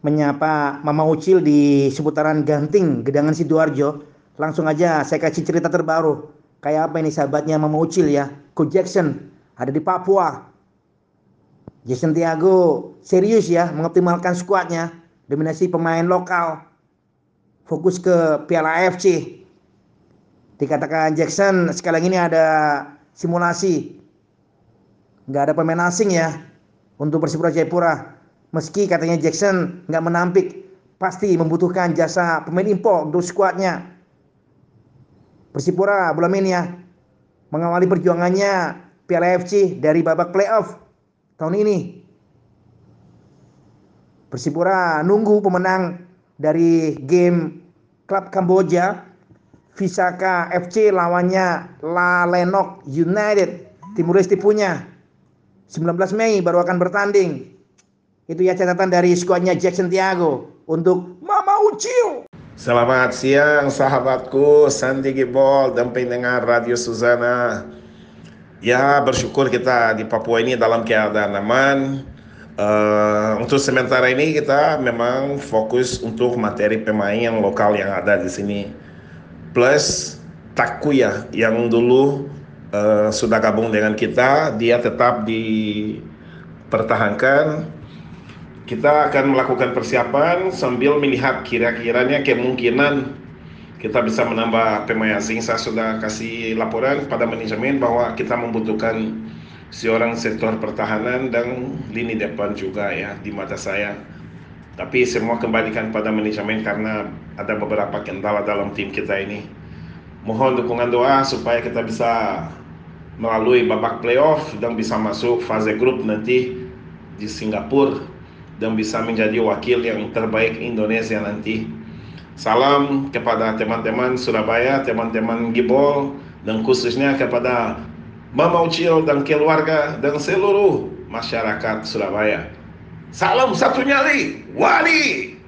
menyapa Mama Ucil di seputaran Ganting, Gedangan Sidoarjo. Langsung aja saya kasih cerita terbaru. Kayak apa ini sahabatnya Mama Ucil ya. Coach Jackson ada di Papua. Jason Tiago serius ya mengoptimalkan skuadnya. Dominasi pemain lokal. Fokus ke Piala AFC. Dikatakan Jackson sekali ini ada simulasi. Nggak ada pemain asing ya untuk Persipura Jayapura. Meski katanya Jackson nggak menampik, pasti membutuhkan jasa pemain impor untuk skuadnya. Persipura belum ini ya mengawali perjuangannya Piala AFC dari babak playoff tahun ini. Persipura nunggu pemenang dari game klub Kamboja Visaka FC lawannya La Lenok United Timur Leste punya 19 Mei baru akan bertanding. Itu ya catatan dari skuadnya Jackson Tiago untuk Mama Ucil. Selamat siang sahabatku Santi Gibol dan pendengar Radio Suzana. Ya, bersyukur kita di Papua ini dalam keadaan aman. Untuk sementara ini kita memang fokus untuk materi pemain yang lokal yang ada di sini. Plus Takuya yang dulu sudah gabung dengan kita, dia tetap dipertahankan. Kita akan melakukan persiapan sambil melihat kira-kiranya kemungkinan kita bisa menambah pemain asing. Saya sudah kasih laporan pada manajemen bahwa kita membutuhkan seorang sektor pertahanan dan lini depan juga ya di mata saya. Tapi semua kembalikan pada manajemen karena ada beberapa kendala dalam tim kita ini. Mohon dukungan doa supaya kita bisa melalui babak playoff dan bisa masuk fase grup nanti di Singapura dan bisa menjadi wakil yang terbaik Indonesia nanti. Salam kepada teman-teman Surabaya, teman-teman Gibol, dan khususnya kepada Mama Ucil dan keluarga dan seluruh masyarakat Surabaya. Salam satu nyali, Wali!